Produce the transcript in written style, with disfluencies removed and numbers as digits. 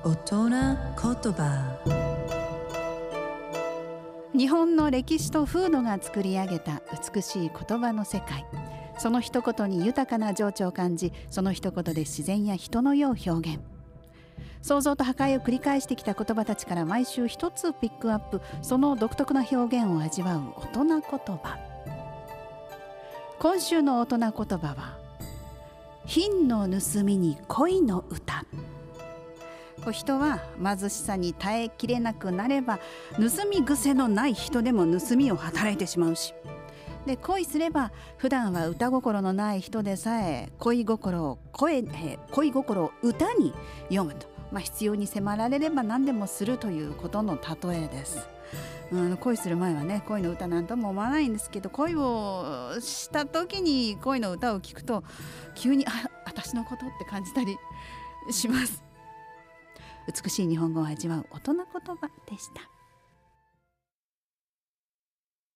大人言葉。 日本の歴史と風土が作り上げた美しい言葉の世界。その一言に豊かな情緒を感じ、その一言で自然や人の世を表現。創造と破壊を繰り返してきた言葉たちから毎週一つピックアップ、その独特な表現を味わう大人言葉。今週の大人言葉は、品の盗みに恋の歌。人は貧しさに耐えきれなくなれば、盗み癖のない人でも盗みを働いてしまうし、で恋すれば普段は歌心のない人でさえ恋心を歌に読むと、必要に迫られれば何でもするということの例えです。恋する前はね、恋の歌なんとも思わないんですけど、恋をした時に恋の歌を聞くと急に私のことって感じたりします。美しい日本語を味わう大人言葉でした。